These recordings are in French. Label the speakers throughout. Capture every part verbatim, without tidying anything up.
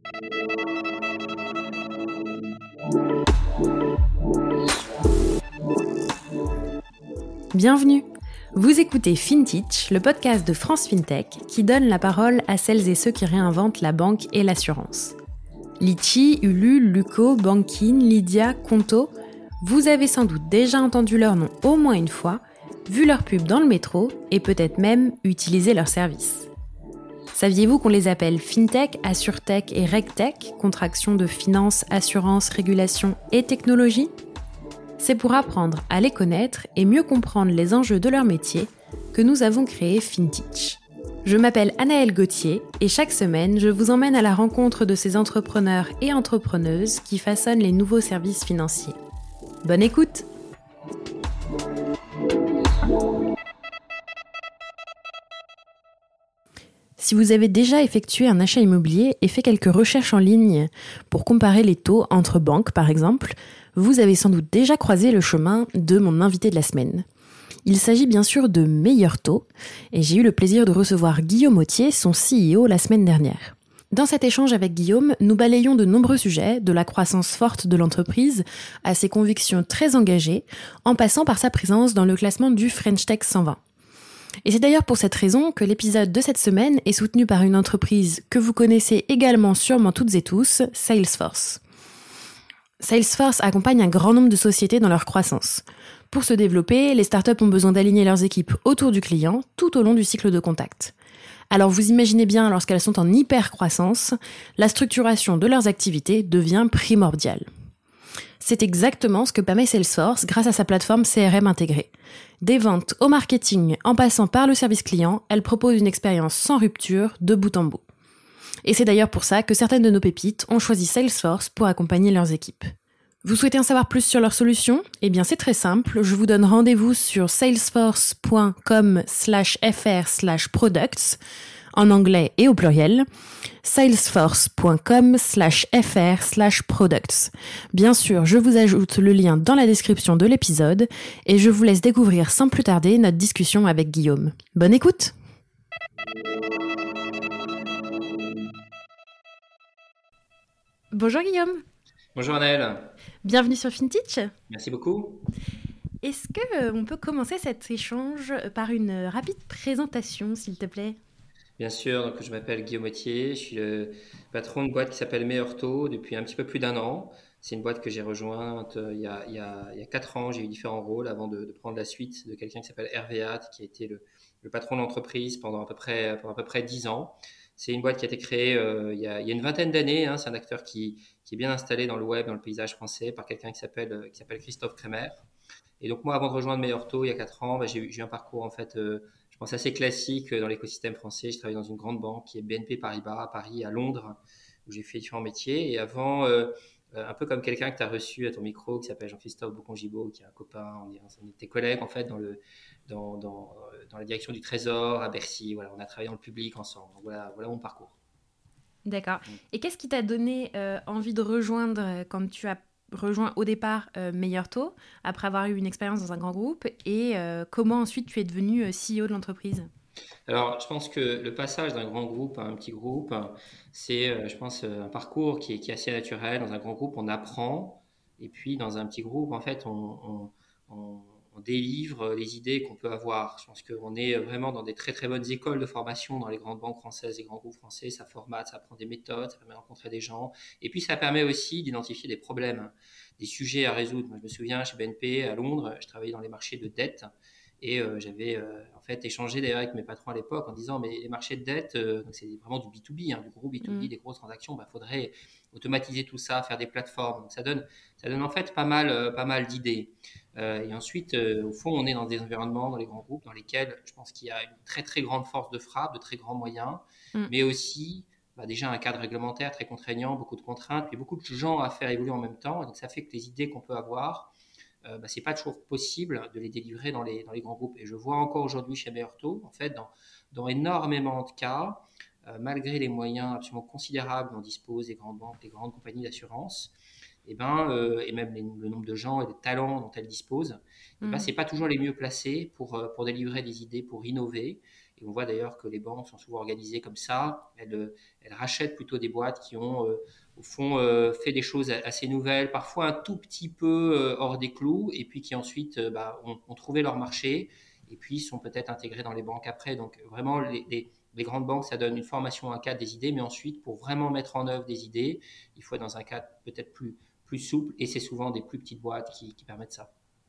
Speaker 1: Bienvenue! Vous écoutez FinTech, le podcast de France FinTech qui donne la parole à celles et ceux qui réinventent la banque et l'assurance. Litchi, Ulule, Luco, Bankin, Lydia, Conto, vous avez sans doute déjà entendu leur nom au moins une fois, vu leur pub dans le métro et peut-être même utilisé leurs services. Saviez-vous qu'on les appelle FinTech, AssureTech et RegTech, contraction de finance, assurance, régulation et technologie ? C'est pour apprendre à les connaître et mieux comprendre les enjeux de leur métier que nous avons créé FinTech. Je m'appelle Anaëlle Gauthier et chaque semaine, je vous emmène à la rencontre de ces entrepreneurs et entrepreneuses qui façonnent les nouveaux services financiers. Bonne écoute! Si vous avez déjà effectué un achat immobilier et fait quelques recherches en ligne pour comparer les taux entre banques par exemple, vous avez sans doute déjà croisé le chemin de mon invité de la semaine. Il s'agit bien sûr de Meilleur Taux et j'ai eu le plaisir de recevoir Guillaume Autier, son C E O, la semaine dernière. Dans cet échange avec Guillaume, nous balayons de nombreux sujets, de la croissance forte de l'entreprise à ses convictions très engagées, en passant par sa présence dans le classement du French Tech cent vingt. Et c'est d'ailleurs pour cette raison que l'épisode de cette semaine est soutenu par une entreprise que vous connaissez également sûrement toutes et tous, Salesforce. Salesforce accompagne un grand nombre de sociétés dans leur croissance. Pour se développer, les startups ont besoin d'aligner leurs équipes autour du client tout au long du cycle de contact. Alors vous imaginez bien, lorsqu'elles sont en hyper-croissance, la structuration de leurs activités devient primordiale. C'est exactement ce que permet Salesforce grâce à sa plateforme C R M intégrée. Des ventes au marketing en passant par le service client, elle propose une expérience sans rupture de bout en bout. Et c'est d'ailleurs pour ça que certaines de nos pépites ont choisi Salesforce pour accompagner leurs équipes. Vous souhaitez en savoir plus sur leurs solutions ? Eh bien c'est très simple, je vous donne rendez-vous sur salesforce.com slash fr slash products, en anglais et au pluriel, salesforce.com slash fr slash products. Bien sûr, je vous ajoute le lien dans la description de l'épisode et je vous laisse découvrir sans plus tarder notre discussion avec Guillaume. Bonne écoute! Bonjour Guillaume.
Speaker 2: Bonjour Anaëlle.
Speaker 1: Bienvenue sur FinTech.
Speaker 2: Merci beaucoup.
Speaker 1: Est-ce que euh, on peut commencer cet échange par une rapide présentation, s'il te plaît ?
Speaker 2: Bien sûr, donc je m'appelle Guillaume Autier, je suis le patron d'une boîte qui s'appelle Meilleur Taux depuis un petit peu plus d'un an. C'est une boîte que j'ai rejointe euh, il y a, il y a, il y a quatre ans, j'ai eu différents rôles avant de, de prendre la suite de quelqu'un qui s'appelle Hervé Hatt, qui a été le, le patron de l'entreprise pendant à peu près, pendant à peu près dix ans. C'est une boîte qui a été créée euh, il, y a, il y a une vingtaine d'années. Hein. C'est un acteur qui, qui est bien installé dans le web, dans le paysage français, par quelqu'un qui s'appelle, qui s'appelle Christophe Kremer. Et donc moi, avant de rejoindre Meilleur Taux il y a quatre ans, bah, j'ai, eu, j'ai eu un parcours en fait, euh, je pense assez classique dans l'écosystème français. Je travaille dans une grande banque qui est B N P Paribas à Paris, à Londres, où j'ai fait différents métiers. Et avant, euh, un peu comme quelqu'un que tu as reçu à ton micro, qui s'appelle Jean-Christophe Boucongibaud, qui est un copain, on, est, on était collègues en fait dans, le, dans, dans, dans la direction du Trésor à Bercy. Voilà, on a travaillé dans le public ensemble. Donc voilà, voilà mon parcours.
Speaker 1: D'accord. Et qu'est-ce qui t'a donné euh, envie de rejoindre quand tu as rejoint au départ euh, Meilleur Taux, après avoir eu une expérience dans un grand groupe, et euh, comment ensuite tu es devenu euh, C E O de l'entreprise ?
Speaker 2: Alors, je pense que le passage d'un grand groupe à un petit groupe, c'est, euh, je pense, un parcours qui est, qui est assez naturel. Dans un grand groupe, on apprend, et puis dans un petit groupe, en fait, on, on, on, on délivre les idées qu'on peut avoir. Je pense qu'on est vraiment dans des très très bonnes écoles de formation dans les grandes banques françaises, les grands groupes français. Ça formate, ça apprend des méthodes, ça permet de rencontrer des gens, et puis ça permet aussi d'identifier des problèmes, des sujets à résoudre. Moi, je me souviens, chez B N P à Londres, je travaillais dans les marchés de dette. Et euh, j'avais euh, en fait échangé d'ailleurs avec mes patrons à l'époque en disant mais les marchés de dette, euh, donc c'est vraiment du B deux B, hein, du gros B deux B, mmh. des grosses transactions, bah, faudrait automatiser tout ça, faire des plateformes. Donc ça donne, ça donne en fait pas mal, euh, pas mal d'idées. Euh, et ensuite, euh, au fond, on est dans des environnements, dans les grands groupes, dans lesquels je pense qu'il y a une très très grande force de frappe, de très grands moyens, mmh. mais aussi bah, déjà un cadre réglementaire très contraignant, beaucoup de contraintes, puis beaucoup de gens à faire évoluer en même temps. Et donc ça fait que les idées qu'on peut avoir, Euh, bah, c'est pas toujours possible de les délivrer dans les, dans les grands groupes. Et je vois encore aujourd'hui chez Meilleur Taux, en fait, dans, dans énormément de cas, euh, malgré les moyens absolument considérables dont disposent les grandes banques, les grandes compagnies d'assurance, et, ben, euh, et même les, le nombre de gens et des talents dont elles disposent, mmh. et ben, c'est pas toujours les mieux placés pour, pour délivrer des idées, pour innover. Et on voit d'ailleurs que les banques sont souvent organisées comme ça. Elles, elles rachètent plutôt des boîtes qui ont, euh, au fond, euh, fait des choses assez nouvelles, parfois un tout petit peu euh, hors des clous, et puis qui ensuite euh, bah, ont, ont trouvé leur marché, et puis sont peut-être intégrées dans les banques après. Donc vraiment, les, les, les grandes banques, ça donne une formation, un cadre, des idées, mais ensuite, pour vraiment mettre en œuvre des idées, il faut être dans un cadre peut-être plus, plus souple, et c'est souvent des plus petites boîtes qui, qui permettent ça.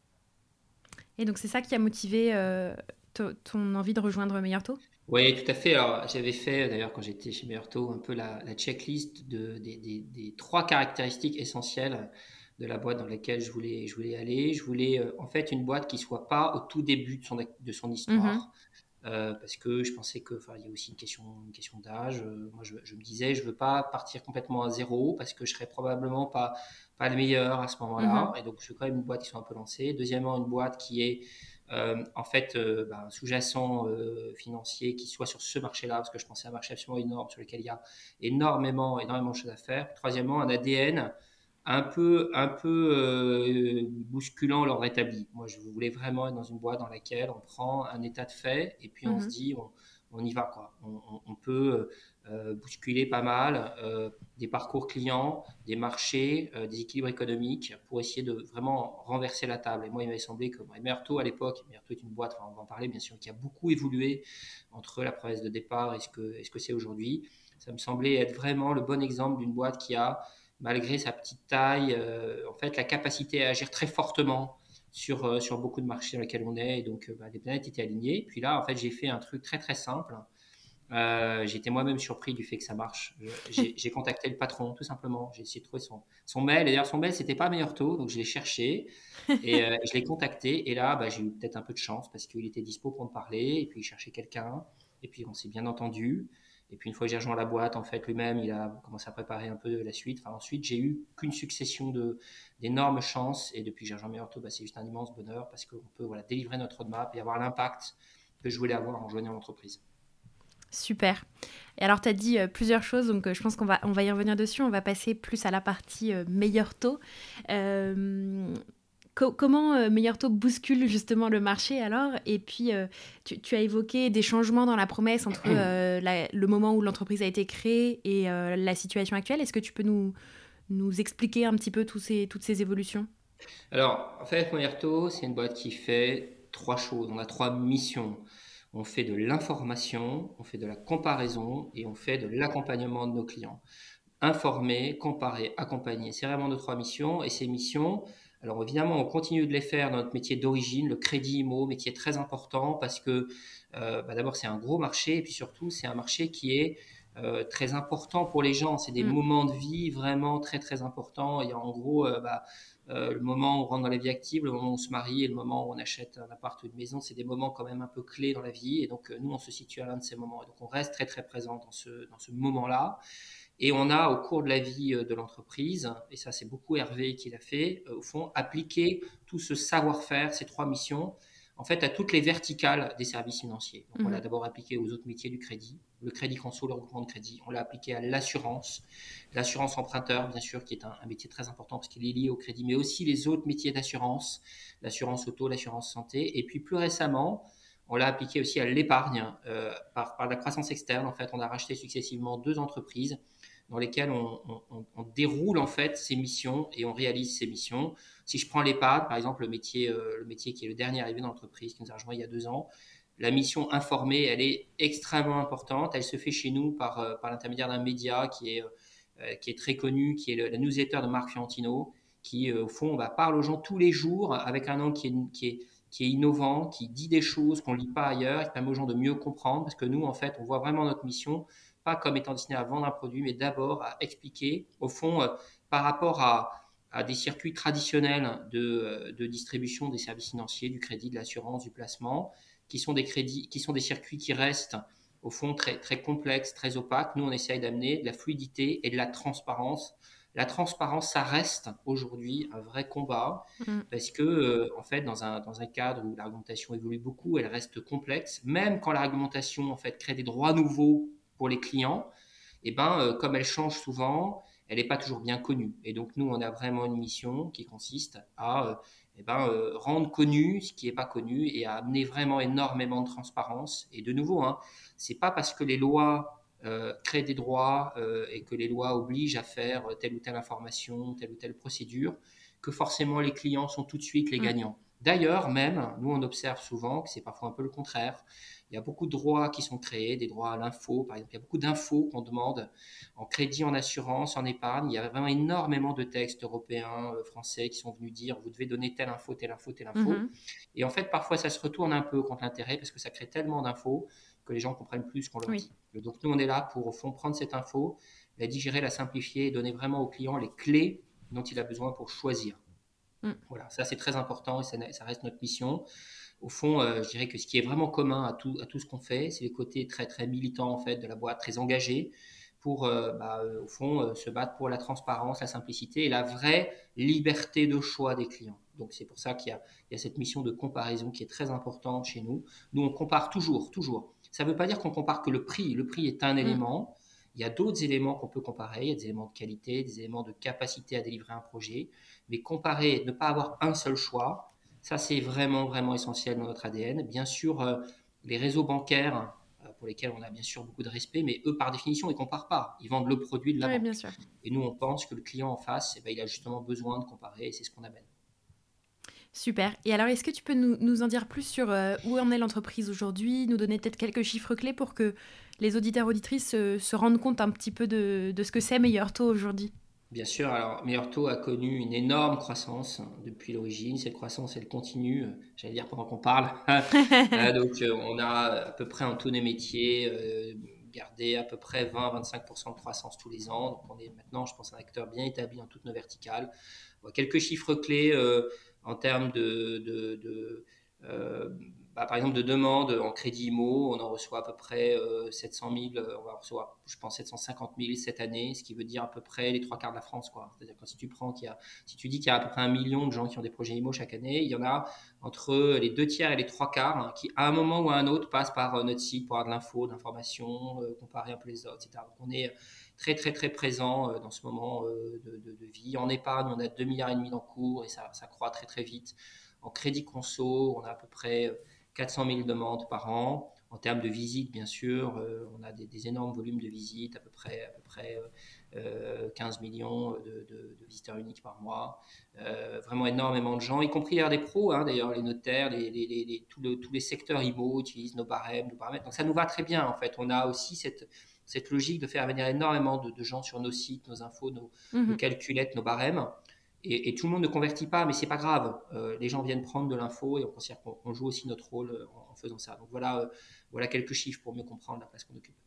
Speaker 1: Et donc, c'est ça qui a motivé euh, to- ton envie de rejoindre Meilleur Taux?
Speaker 2: Oui, tout à fait. Alors, j'avais fait, d'ailleurs, quand j'étais chez Meurto, un peu la, la checklist de, des, des- des trois caractéristiques essentielles de la boîte dans laquelle je voulais, je voulais aller. Je voulais, euh, en fait, une boîte qui soit pas au tout début de son, de son
Speaker 1: Mhm.
Speaker 2: histoire, euh, parce que je pensais que, enfin, il y a aussi une question, une question d'âge. Euh, moi, je, je me disais, je veux pas partir complètement à zéro, parce que je serais probablement pas, pas le meilleur à ce moment-là.
Speaker 1: Mhm.
Speaker 2: Et donc, je veux quand même une boîte qui soit un peu lancée. Deuxièmement, une boîte qui est euh, en fait, euh, bah, un sous-jacent euh, financier qui soit sur ce marché-là, parce que je pensais à un marché absolument énorme sur lequel il y a énormément, énormément de choses à faire. Troisièmement, un A D N un peu, un peu euh, bousculant l'ordre établi. Moi, je voulais vraiment être dans une boîte dans laquelle on prend un état de fait et puis on se
Speaker 1: Mhm.
Speaker 2: dit, on, on y va, quoi. On, on, on peut euh, bousculer pas mal euh, des parcours clients, des marchés, euh, des équilibres économiques pour essayer de vraiment renverser la table. Et moi, il m'avait semblé que ouais, Meurto, à l'époque, Meurto est une boîte, enfin, on va en parler bien sûr, qui a beaucoup évolué entre la promesse de départ et ce que, et ce que c'est aujourd'hui. Ça me semblait être vraiment le bon exemple d'une boîte qui a, malgré sa petite taille, euh, en fait, la capacité à agir très fortement sur, euh, sur beaucoup de marchés dans lesquels on est. Et donc, euh, bah, les planètes étaient alignées. Puis là, en fait, j'ai fait un truc très, très simple. Euh, j'étais moi-même surpris du fait que ça marche. J'ai, j'ai contacté le patron, tout simplement. J'ai essayé de trouver son, son mail. Et d'ailleurs, son mail, c'était pas Meilleur Taux, donc je l'ai cherché et euh, je l'ai contacté. Et là, bah, j'ai eu peut-être un peu de chance parce qu'il était dispo pour me parler. Et puis, il cherchait quelqu'un. Et puis, on s'est bien entendu. Et puis, une fois que j'ai rejoint la boîte, en fait, lui-même, il a commencé à préparer un peu la suite. Enfin, ensuite, j'ai eu qu'une succession de, d'énormes chances. Et depuis que j'ai rejoint Meilleur Taux, bah, c'est juste un immense bonheur parce qu'on peut voilà, délivrer notre roadmap et avoir l'impact que je voulais avoir en joignant l'entreprise.
Speaker 1: Super. Et alors, tu as dit euh, plusieurs choses, donc euh, je pense qu'on va, on va y revenir dessus. On va passer plus à la partie euh, Meilleur Taux. Euh, co- comment euh, Meilleur Taux bouscule justement le marché alors? Et puis, euh, tu, tu as évoqué des changements dans la promesse entre euh, la- le moment où l'entreprise a été créée et euh, la situation actuelle. Est-ce que tu peux nous, nous expliquer un petit peu tous ces, toutes ces évolutions?
Speaker 2: Alors, en fait, Monerto, c'est une boîte qui fait trois choses. On a trois missions. On fait de l'information, on fait de la comparaison et on fait de l'accompagnement de nos clients. Informer, comparer, accompagner. C'est vraiment nos trois missions. Et ces missions, alors évidemment, on continue de les faire dans notre métier d'origine, le crédit immo, métier très important parce que euh, bah d'abord, c'est un gros marché et puis surtout, c'est un marché qui est euh, très important pour les gens. C'est des
Speaker 1: Mm.
Speaker 2: moments de vie vraiment très, très importants. Il y a en gros euh, bah, euh, le moment où on rentre dans la vie active, le moment où on se marie et le moment où on achète un appart ou une maison. C'est des moments quand même un peu clés dans la vie. Et donc, euh, nous, on se situe à l'un de ces moments. Et donc, on reste très, très présent dans ce, dans ce moment-là. Et on a, au cours de la vie de l'entreprise, et ça c'est beaucoup Hervé qui l'a fait, au fond, appliqué tout ce savoir-faire, ces trois missions, en fait, à toutes les verticales des services financiers. Donc, on l'a
Speaker 1: Mhm.
Speaker 2: d'abord appliqué aux autres métiers du crédit, le crédit conso, le regroupement de crédit. On l'a appliqué à l'assurance, l'assurance emprunteur, bien sûr, qui est un, un métier très important parce qu'il est lié au crédit, mais aussi les autres métiers d'assurance, l'assurance auto, l'assurance santé. Et puis, plus récemment, on l'a appliqué aussi à l'épargne euh, par, par la croissance externe. En fait, on a racheté successivement deux entreprises dans lesquelles on, on, on, déroule en fait ces missions et on réalise ces missions. Si je prends l'EHPAD, par exemple, le métier, euh, le métier qui est le dernier arrivé dans l'entreprise, qui nous a rejoint il y a deux ans, la mission informée, elle est extrêmement importante. Elle se fait chez nous par, euh, par l'intermédiaire d'un média qui est, euh, qui est très connu, qui est le, la newsletter de Marc Fiorentino, qui, euh, au fond, bah, parle aux gens tous les jours avec un angle qui est, qui est, qui est innovant, qui dit des choses qu'on ne lit pas ailleurs, qui permet aux gens de mieux comprendre, parce que nous, en fait, on voit vraiment notre mission pas comme étant destiné à vendre un produit, mais d'abord à expliquer, au fond, euh, par rapport à, à des circuits traditionnels de, de distribution des services financiers, du crédit, de l'assurance, du placement, qui sont des crédits, qui sont des circuits qui restent au fond très, très complexes, très opaques. Nous, on essaye d'amener de la fluidité et de la transparence. La transparence, ça reste aujourd'hui un vrai combat
Speaker 1: Mm.
Speaker 2: parce que, euh, en fait, dans un, dans un cadre où l'argumentation évolue beaucoup, elle reste complexe. Même quand l'argumentation, en fait, crée des droits nouveaux pour les clients, et ben, euh, comme elle change souvent, elle n'est pas toujours bien connue. Et donc, nous, on a vraiment une mission qui consiste à euh, eh ben, euh, rendre connu ce qui n'est pas connu et à amener vraiment énormément de transparence. Et de nouveau, hein, c'est pas parce que les lois euh, créent des droits euh, et que les lois obligent à faire telle ou telle information, telle ou telle procédure, que forcément les clients sont tout de suite les
Speaker 1: Mm.
Speaker 2: gagnants. D'ailleurs, même, nous on observe souvent que c'est parfois un peu le contraire. Il y a beaucoup de droits qui sont créés, des droits à l'info, par exemple. Il y a beaucoup d'infos qu'on demande en crédit, en assurance, en épargne. Il y a vraiment énormément de textes européens, euh, français qui sont venus dire vous devez donner telle info, telle info, telle info.
Speaker 1: Mhm.
Speaker 2: Et en fait, parfois, ça se retourne un peu contre l'intérêt parce que ça crée tellement d'infos que les gens comprennent plus ce qu'on leur
Speaker 1: Oui.
Speaker 2: dit. Et donc, nous, on est là pour, au fond, prendre cette info, la digérer, la simplifier et donner vraiment au client les clés dont il a besoin pour choisir.
Speaker 1: Mm.
Speaker 2: Voilà, ça c'est très important et ça, ça reste notre mission. Au fond, euh, je dirais que ce qui est vraiment commun à tout, à tout ce qu'on fait, c'est les côtés très très militants en fait de la boîte, très engagés pour euh, bah, euh, au fond euh, se battre pour la transparence, la simplicité et la vraie liberté de choix des clients. Donc c'est pour ça qu'il y a, il y a cette mission de comparaison qui est très importante chez nous. Nous on compare toujours, toujours. Ça ne veut pas dire qu'on compare que le prix. Le prix est un
Speaker 1: Mm.
Speaker 2: élément. Il y a d'autres éléments qu'on peut comparer. Il y a des éléments de qualité, des éléments de capacité à délivrer un projet. Mais comparer, ne pas avoir un seul choix, ça c'est vraiment, vraiment essentiel dans notre A D N. Bien sûr, euh, les réseaux bancaires, euh, pour lesquels on a bien sûr beaucoup de respect, mais eux, par définition, ils ne comparent pas. Ils vendent le produit de la
Speaker 1: Oui, bien
Speaker 2: banque.
Speaker 1: sûr.
Speaker 2: Et nous, on pense que le client en face, eh ben, il a justement besoin de comparer et c'est ce qu'on amène.
Speaker 1: Super. Et alors, est-ce que tu peux nous, nous en dire plus sur euh, où en est l'entreprise aujourd'hui, nous donner peut-être quelques chiffres clés pour que les auditeurs auditrices se, se rendent compte un petit peu de, de ce que c'est Meilleur Taux aujourd'hui?
Speaker 2: Bien sûr, alors Meilleur Taux a connu une énorme croissance hein, depuis l'origine. Cette croissance, elle continue, euh, j'allais dire pendant qu'on parle. Euh, donc, euh, on a à peu près en tous les métiers euh, gardé à peu près vingt à vingt-cinq pour cent de croissance tous les ans. Donc, on est maintenant, je pense, un acteur bien établi dans toutes nos verticales. Bon, quelques chiffres clés euh, en termes de, de, de, euh, bah, par exemple, de demandes en crédit IMO. On en reçoit à peu près euh, sept cent mille. euh, On va recevoir, je pense, sept cent cinquante mille cette année, ce qui veut dire à peu près les trois quarts de la France, quoi. C'est-à-dire que si tu prends qu'il y a, si tu dis qu'il y a à peu près un million de gens qui ont des projets IMO chaque année, il y en a entre les deux tiers et les trois quarts hein, qui, à un moment ou à un autre, passent par euh, notre site pour avoir de l'info, de l'information, euh, comparer un peu les autres, et cetera. Donc, on est très, très, très présent euh, dans ce moment euh, de, de, de vie. En épargne, on a deux milliards et demi d'encours et ça, ça croît très, très vite. En crédit conso, on a à peu près quatre cent mille demandes par an. En termes de visites, bien sûr, euh, on a des, des, énormes volumes de visites, à peu près, à peu près euh, quinze millions de, de, de, visiteurs uniques par mois. Euh, vraiment énormément de gens, y compris des pros, hein, d'ailleurs, les notaires, les, les, les, les, tout le, tous les secteurs I M O utilisent nos barèmes, nos paramètres. Donc ça nous va très bien, en fait. On a aussi cette, cette logique de faire venir énormément de, de gens sur nos sites, nos infos, nos, nos
Speaker 1: Mhm.
Speaker 2: calculettes, nos barèmes. Et, et, tout le monde ne convertit pas, mais c'est pas grave. Euh, les gens viennent prendre de l'info et on considère qu'on on joue aussi notre rôle en, en faisant ça. Donc voilà, euh, voilà quelques chiffres pour mieux comprendre la place qu'on occupe.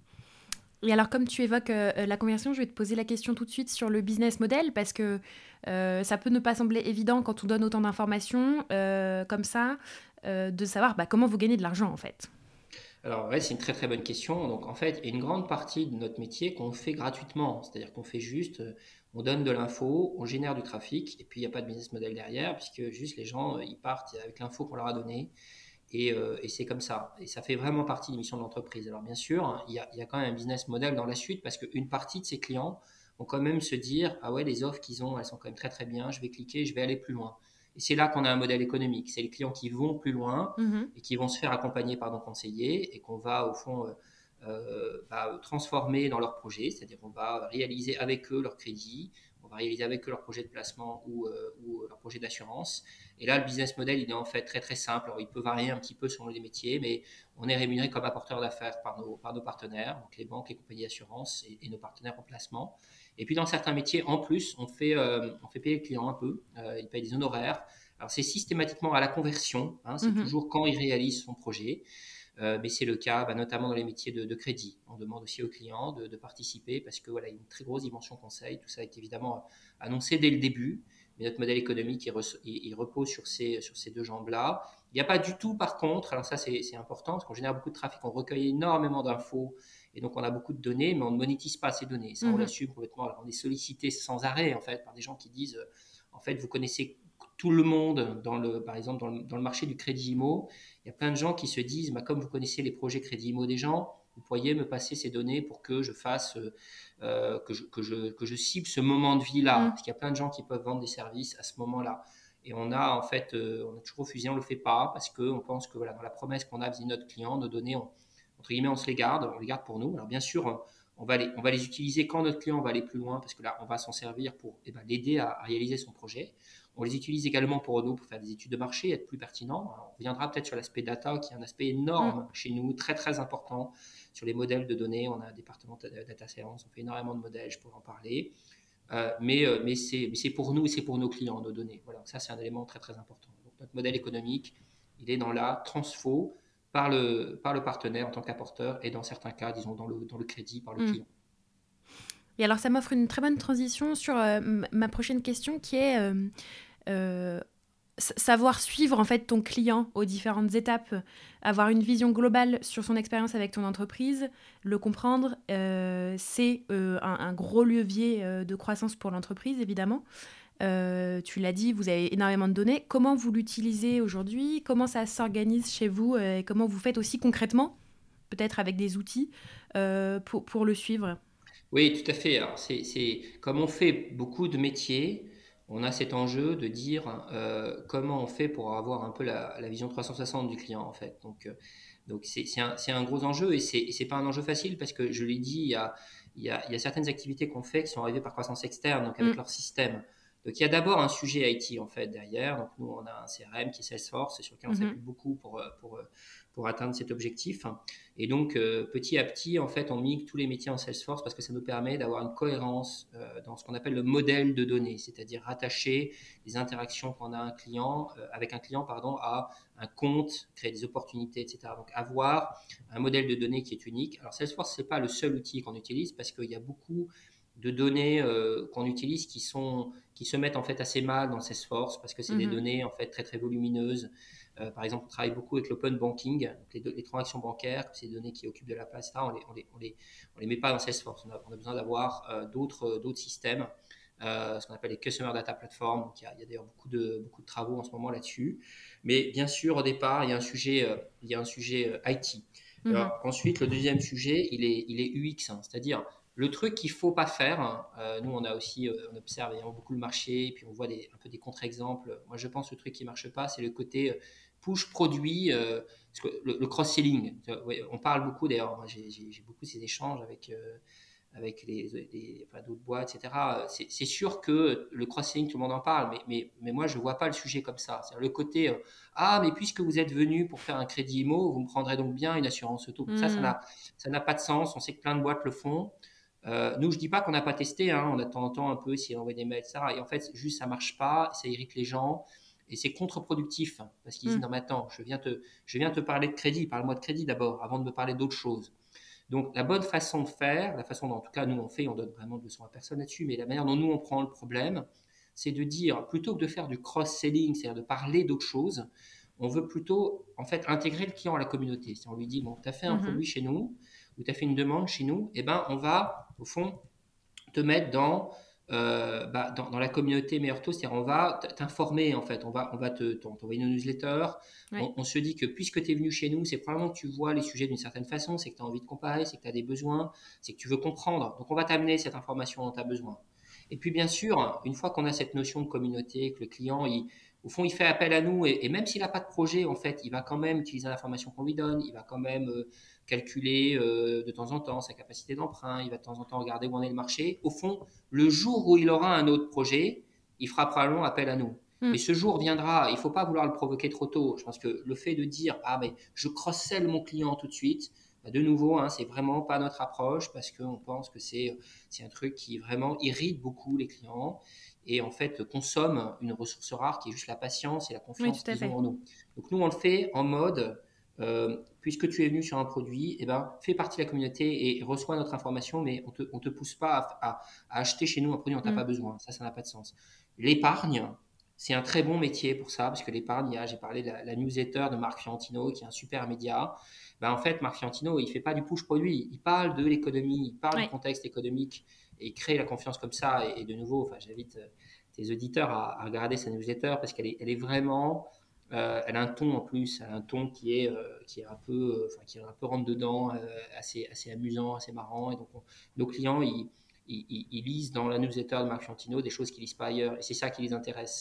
Speaker 1: Et alors, comme tu évoques euh, la conversion, je vais te poser la question tout de suite sur le business model, parce que euh, ça peut ne pas sembler évident quand on donne autant d'informations euh, comme ça, euh, de savoir bah, comment vous gagnez de l'argent en fait.
Speaker 2: Alors ouais, c'est une très très bonne question. Donc en fait, il y a une grande partie de notre métier qu'on fait gratuitement, c'est-à-dire qu'on fait juste, euh, on donne de l'info, on génère du trafic, et puis il n'y a pas de business model derrière, puisque juste les gens, euh, ils partent avec l'info qu'on leur a donnée, et, euh, et c'est comme ça. Et ça fait vraiment partie des missions de l'entreprise. Alors bien sûr, hein, il y, a, il y a quand même un business model dans la suite, parce qu'une partie de ces clients vont quand même se dire, ah ouais, les offres qu'ils ont, elles sont quand même très très bien, je vais cliquer, je vais aller plus loin. Et c'est là qu'on a un modèle économique. C'est les clients qui vont plus loin
Speaker 1: Mhm.
Speaker 2: et qui vont se faire accompagner par nos conseillers et qu'on va au fond euh, euh, bah, transformer dans leur projet, c'est-à-dire qu'on va réaliser avec eux leur crédit, on va réaliser avec eux leur projet de placement ou, euh, ou leur projet d'assurance. Et là, le business model, il est en fait très très simple. Alors, il peut varier un petit peu selon les métiers, mais on est rémunéré comme apporteur d'affaires par nos, par nos partenaires, donc les banques, les compagnies d'assurance et, et nos partenaires en placement. Et puis dans certains métiers, en plus, on fait, euh, on fait payer le client un peu, euh, il paye des honoraires. Alors c'est systématiquement à la conversion, hein, c'est
Speaker 1: Mhm.
Speaker 2: toujours quand il réalise son projet, euh, mais c'est le cas bah, notamment dans les métiers de, de crédit. On demande aussi aux clients de, de participer parce que voilà, il y a une très grosse dimension conseil. Tout ça est évidemment annoncé dès le début, mais notre modèle économique il, re, il, il repose sur ces, sur ces deux jambes-là. Il n'y a pas du tout, par contre, alors ça c'est, c'est important parce qu'on génère beaucoup de trafic, on recueille énormément d'infos et donc on a beaucoup de données, mais on ne monétise pas ces données. Ça on
Speaker 1: Mhm.
Speaker 2: l'assume complètement. Alors, on est sollicité sans arrêt en fait par des gens qui disent, euh, en fait, vous connaissez tout le monde, dans le, par exemple, dans le, dans le marché du crédit IMO, il y a plein de gens qui se disent, bah, comme vous connaissez les projets crédit IMO des gens, vous pourriez me passer ces données pour que je fasse, euh, que, je, que, je, que je cible ce moment de vie-là.
Speaker 1: Mhm.
Speaker 2: Parce qu'il y a plein de gens qui peuvent vendre des services à ce moment-là. Et on a en fait, euh, on a toujours refusé, on le fait pas parce qu'on pense que voilà, dans la promesse qu'on a vis-à-vis de notre client, nos données, on, entre guillemets, on se les garde, on les garde pour nous. Alors bien sûr, on va les, on va les utiliser quand notre client va aller plus loin parce que là, on va s'en servir pour eh ben, l'aider à, à réaliser son projet. On les utilise également pour nous, pour faire des études de marché, être plus pertinent. Alors, on reviendra peut-être sur l'aspect data, qui est un aspect énorme
Speaker 1: Mm.
Speaker 2: chez nous, très très important sur les modèles de données. On a un département de data science, on fait énormément de modèles, je pourrais en parler. Euh, mais euh, mais c'est, c'est pour nous et c'est pour nos clients, nos données. Voilà, ça c'est un élément très très important. Donc, notre modèle économique, il est dans la transfo par le, par le partenaire en tant qu'apporteur et dans certains cas, disons, dans le, dans le crédit par le
Speaker 1: Mm.
Speaker 2: client.
Speaker 1: Et alors, ça m'offre une très bonne transition sur euh, ma prochaine question qui est euh, euh, savoir suivre en fait ton client aux différentes étapes, avoir une vision globale sur son expérience avec ton entreprise, le comprendre, euh, c'est euh, un, un gros levier euh, de croissance pour l'entreprise, évidemment. Euh, tu l'as dit, vous avez énormément de données. Comment vous l'utilisez aujourd'hui? Comment ça s'organise chez vous? euh, Et comment vous faites aussi concrètement, peut-être avec des outils, euh, pour, pour le suivre?
Speaker 2: Oui, tout à fait. Alors, c'est, c'est, comme on fait beaucoup de métiers, on a cet enjeu de dire euh, comment on fait pour avoir un peu la, la vision trois cent soixante du client, en fait. Donc, euh, donc c'est, c'est un, c'est un gros enjeu et c'est, et c'est pas un enjeu facile parce que, je l'ai dit, il y a, il y a, il y a certaines activités qu'on fait qui sont arrivées par croissance externe, donc avec
Speaker 1: Mm.
Speaker 2: leur système. Donc, il y a d'abord un sujet I T, en fait, derrière. Donc, nous, on a un C R M qui est Salesforce et sur lequel on
Speaker 1: Mhm.
Speaker 2: s'appuie beaucoup pour, euh, pour, euh, pour atteindre cet objectif. Et donc, euh, petit à petit, en fait, on migre tous les métiers en Salesforce parce que ça nous permet d'avoir une cohérence euh, dans ce qu'on appelle le modèle de données, c'est-à-dire rattacher les interactions qu'on a un client, euh, avec un client pardon, à un compte, créer des opportunités, et cetera. Donc, avoir un modèle de données qui est unique. Alors, Salesforce, ce n'est pas le seul outil qu'on utilise parce qu'il y a beaucoup de données euh, qu'on utilise qui, sont, qui se mettent en fait assez mal dans Salesforce parce que c'est des
Speaker 1: Mhm.
Speaker 2: données en fait très très volumineuses. Euh, par exemple, on travaille beaucoup avec l'open banking, donc les, les, transactions bancaires, ces données qui occupent de la place là, on les, on les, on les, on les met pas dans Salesforce. On a, on a besoin d'avoir euh, d'autres, d'autres systèmes, euh, ce qu'on appelle les Customer Data Platform. Donc, il y a, il y a d'ailleurs beaucoup de, beaucoup de travaux en ce moment là-dessus. Mais bien sûr, au départ, il y a un sujet, euh, il y a un sujet euh, I T.
Speaker 1: Mhm.
Speaker 2: Alors, ensuite, le deuxième sujet, il est, il est U X, hein, c'est-à-dire le truc qu'il ne faut pas faire. Hein, euh, nous, on a aussi, euh, on observe évidemment beaucoup le marché, et puis on voit des, un peu des contre-exemples. Moi, je pense que le truc qui ne marche pas, c'est le côté euh, push produit, euh, le, le cross-selling. On parle beaucoup d'ailleurs, moi j'ai, j'ai, j'ai beaucoup ces échanges avec, euh, avec les, les, enfin, d'autres boîtes, et cetera. C'est, c'est sûr que le cross-selling, tout le monde en parle, mais, mais, mais moi je ne vois pas le sujet comme ça. C'est-à-dire le côté, euh, ah, mais puisque vous êtes venu pour faire un crédit IMO, vous me prendrez donc bien une assurance auto. Ça, ça
Speaker 1: Mm.
Speaker 2: n'a, ça n'a pas de sens. On sait que plein de boîtes le font. Euh, nous, je dis pas qu'on n'a pas testé, hein, on a de temps en temps un peu essayé d'envoyer des mails, et cetera. Et en fait, juste ça marche pas, ça irrite les gens et c'est contre-productif hein, parce qu'ils disent
Speaker 1: Mm.
Speaker 2: non mais attends, je viens te, je viens te parler de crédit, parle-moi de crédit d'abord avant de me parler d'autre chose. Donc la bonne façon de faire, la façon dont en tout cas nous on fait, on donne vraiment de leçons à personne là-dessus, mais la manière dont nous on prend le problème, c'est de dire plutôt que de faire du cross-selling, c'est-à-dire de parler d'autre chose, on veut plutôt en fait intégrer le client à la communauté. Si on lui dit bon, tu as fait un
Speaker 1: Mhm.
Speaker 2: produit chez nous ou tu as fait une demande chez nous, eh ben on va au fond te mettre dans, euh, bah, dans, dans la communauté Meilleur Taux, c'est-à-dire on va t'informer en fait, on va, on va te, t'envoyer nos newsletters,
Speaker 1: Ouais.
Speaker 2: on, on, se dit que puisque tu es venu chez nous, c'est probablement que tu vois les sujets d'une certaine façon, c'est que tu as envie de comparer, c'est que tu as des besoins, c'est que tu veux comprendre, donc on va t'amener cette information dont tu as besoin. Et puis bien sûr, une fois qu'on a cette notion de communauté, que le client, il, au fond, il fait appel à nous, et, et même s'il n'a pas de projet, en fait, il va quand même utiliser l'information qu'on lui donne, il va quand même euh, calculer euh, de temps en temps sa capacité d'emprunt, il va de temps en temps regarder où en est le marché. Au fond, le jour où il aura un autre projet, il fera probablement appel à nous.
Speaker 1: Mm.
Speaker 2: Mais ce jour viendra, il ne faut pas vouloir le provoquer trop tôt. Je pense que le fait de dire ah mais je cross-sell mon client tout de suite, bah, de nouveau, hein, c'est vraiment pas notre approche parce qu'on pense que c'est c'est un truc qui vraiment irrite beaucoup les clients et en fait consomme une ressource rare qui est juste la patience et la
Speaker 1: Oui,
Speaker 2: confiance
Speaker 1: tout à
Speaker 2: qu'ils ont
Speaker 1: fait.
Speaker 2: en nous. Donc nous on le fait en mode euh, puisque tu es venu sur un produit, eh ben, fais partie de la communauté et reçois notre information, mais on ne te, on te pousse pas à, à, à acheter chez nous un produit dont tu n'as
Speaker 1: Mm.
Speaker 2: pas besoin. Ça, ça n'a pas de sens. L'épargne, c'est un très bon métier pour ça, parce que l'épargne, j'ai parlé de la, la newsletter de Marc Fiorentino, qui est un super média. Ben, en fait, Marc Fiorentino, il ne fait pas du push produit, il parle de l'économie, il parle du
Speaker 1: Ouais.
Speaker 2: contexte économique, et il crée la confiance comme ça. Et, et de nouveau, enfin, j'invite euh, tes auditeurs à, à regarder sa newsletter, parce qu'elle est, elle est vraiment... Euh, elle a un ton en plus, elle a un ton qui est, euh, qui est un peu, euh, enfin, qui est un peu rentre dedans, euh, assez, assez amusant, assez marrant. Et donc, on, nos clients, ils, ils, ils, lisent dans la newsletter de Marc Fiorentino des choses qu'ils lisent pas ailleurs, et c'est ça qui les intéresse.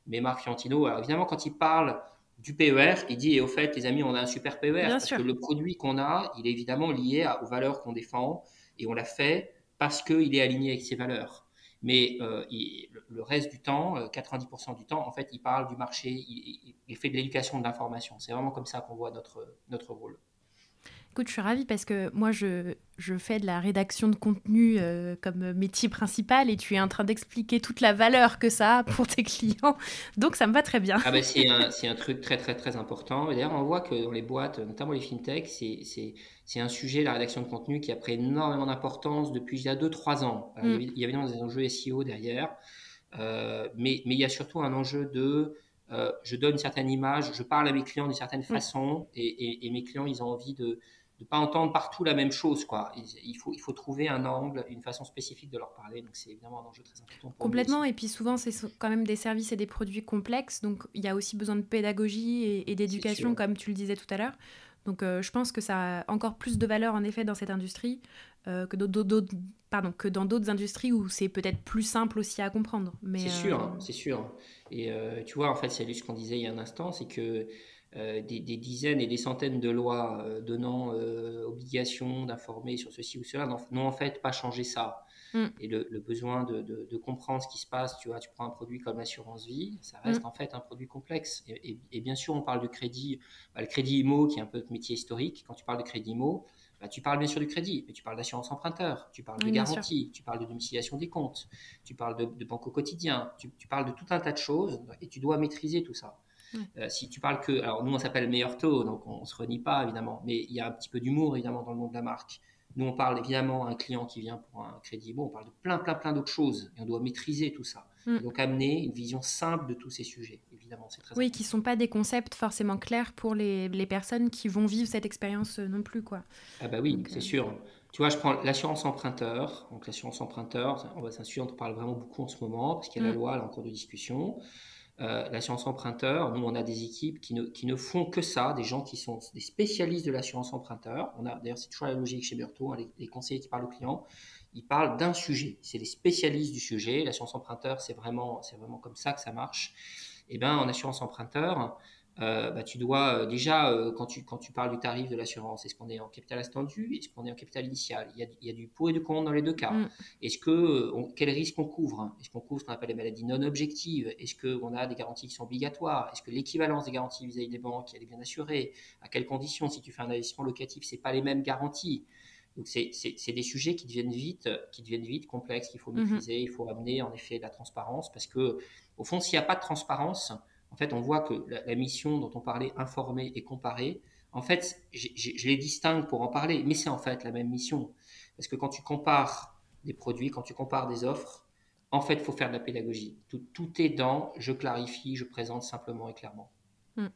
Speaker 2: Mais Marc Fiorentino, alors évidemment, quand il parle du P E R, il dit, et au fait, les amis, on a un super P E R,
Speaker 1: Bien
Speaker 2: parce
Speaker 1: sûr.
Speaker 2: que le produit qu'on a, il est évidemment lié à- aux valeurs qu'on défend, et on l'a fait parce qu'il est aligné avec ses valeurs. Mais euh, il- le, le reste du temps, euh, quatre-vingt-dix pour cent du temps, en fait, il parle du marché, il, il- il fait de l'éducation de l'information. C'est vraiment comme ça qu'on voit notre, notre rôle.
Speaker 1: Écoute, je suis ravie parce que moi, je, je fais de la rédaction de contenu euh, comme métier principal et tu es en train d'expliquer toute la valeur que ça a pour tes clients. Donc, ça me va très bien.
Speaker 2: Ah ben c'est un, c'est un truc très très très important. Et d'ailleurs, on voit que dans les boîtes, notamment les fintechs, c'est, c'est, c'est un sujet, la rédaction de contenu, qui a pris énormément d'importance depuis il y a deux trois ans. Alors, il y
Speaker 1: Mm.
Speaker 2: avait, il y avait évidemment des enjeux S E O derrière, euh, mais, mais il y a surtout un enjeu de euh, je donne une certaine image, je parle à mes clients d'une certaine
Speaker 1: Oui.
Speaker 2: façon, et, et, et mes clients, ils ont envie de ne pas entendre partout la même chose, quoi. Il, il faut, il faut trouver un angle, une façon spécifique de leur parler. Donc, c'est évidemment un enjeu très important pour nous
Speaker 1: Complètement.
Speaker 2: aussi.
Speaker 1: Et puis souvent, c'est so- quand même des services et des produits complexes. Donc, il y a aussi besoin de pédagogie et, et
Speaker 2: C'est
Speaker 1: d'éducation,
Speaker 2: sûr.
Speaker 1: comme tu le disais tout à l'heure. Donc, euh, je pense que ça a encore plus de valeur, en effet, dans cette industrie euh, que, d'autres- d'autres- pardon, que dans d'autres industries où c'est peut-être plus simple aussi à comprendre. Mais
Speaker 2: C'est
Speaker 1: euh,
Speaker 2: sûr, hein, c'est sûr. Et euh, tu vois, en fait, c'est lui ce qu'on disait il y a un instant, c'est que euh, des, des dizaines et des centaines de lois euh, donnant euh, obligation d'informer sur ceci ou cela n'ont n'ont en fait pas changé ça.
Speaker 1: mm,
Speaker 2: Et le, le besoin de, de- de comprendre ce qui se passe, tu vois, tu prends un produit comme l'assurance vie, ça
Speaker 1: mm,
Speaker 2: reste en fait un produit complexe. Et, et- et bien sûr, on parle du crédit, bah, le crédit I M O, qui est un peu notre métier historique. Quand tu parles de crédit I M O, bah, tu parles bien sûr du crédit, mais tu parles d'assurance emprunteur, tu parles de
Speaker 1: oui, bien sûr.
Speaker 2: garantie, tu parles de domiciliation des comptes, tu parles de, de banque au quotidien, tu, tu parles de tout un tas de choses, et tu dois maîtriser tout ça.
Speaker 1: Ouais.
Speaker 2: Euh, si tu parles que, alors nous on s'appelle meilleur taux, donc on ne se renie pas évidemment, mais il y a un petit peu d'humour évidemment dans le monde de la marque. Nous on parle évidemment à un client qui vient pour un crédit, bon, on parle de plein plein plein d'autres choses et on doit maîtriser tout ça.
Speaker 1: Mm.
Speaker 2: Et donc amener une vision simple de tous ces sujets, évidemment, c'est très
Speaker 1: Oui, qui
Speaker 2: important.
Speaker 1: sont pas des concepts forcément clairs pour les, les personnes qui vont vivre cette expérience euh, non plus, quoi.
Speaker 2: Ah bah oui,
Speaker 1: Donc,
Speaker 2: c'est
Speaker 1: euh,
Speaker 2: sûr. Tu vois, je prends l'assurance emprunteur. Donc l'assurance emprunteur, c'est un sujet dont on parle vraiment beaucoup en ce moment parce qu'il y a la
Speaker 1: mm,
Speaker 2: loi là, en cours de discussion. Euh, l'assurance emprunteur, nous, on a des équipes qui ne, qui ne font que ça, des gens qui sont des spécialistes de l'assurance emprunteur. On a, d'ailleurs, c'est toujours la logique chez Berthaud, hein, les, les conseillers qui parlent aux clients, ils parlent d'un sujet. C'est les spécialistes du sujet. L'assurance emprunteur, c'est vraiment, c'est vraiment comme ça que ça marche. Et ben, en assurance emprunteur, euh, bah, tu dois euh, déjà, euh, quand, tu, quand tu parles du tarif de l'assurance, est-ce qu'on est en capital attendu, est-ce qu'on est en capital initial? Il y, a, il y a du pour et du contre dans les deux cas.
Speaker 1: mm,
Speaker 2: Est-ce que, on, quel risque on couvre? Est-ce qu'on couvre ce qu'on appelle les maladies non objectives? Est-ce qu'on a des garanties qui sont obligatoires? Est-ce que l'équivalence des garanties vis-à-vis des banques elle est bien assurée? À quelles conditions? Si tu fais un investissement locatif, c'est pas les mêmes garanties. Donc c'est, c'est, c'est des sujets qui deviennent vite, qui deviennent vite complexes, qu'il faut
Speaker 1: mhm.
Speaker 2: maîtriser, il faut amener en effet de la transparence, parce que au fond, s'il n'y a pas de transparence, en fait, on voit que la, la mission dont on parlait, informer et comparer, en fait, j'ai- j'ai- je les distingue pour en parler, mais c'est en fait la même mission. Parce que quand tu compares des produits, quand tu compares des offres, en fait, il faut faire de la pédagogie. Tout, tout est dans je clarifie, je présente simplement et clairement.
Speaker 1: Mm.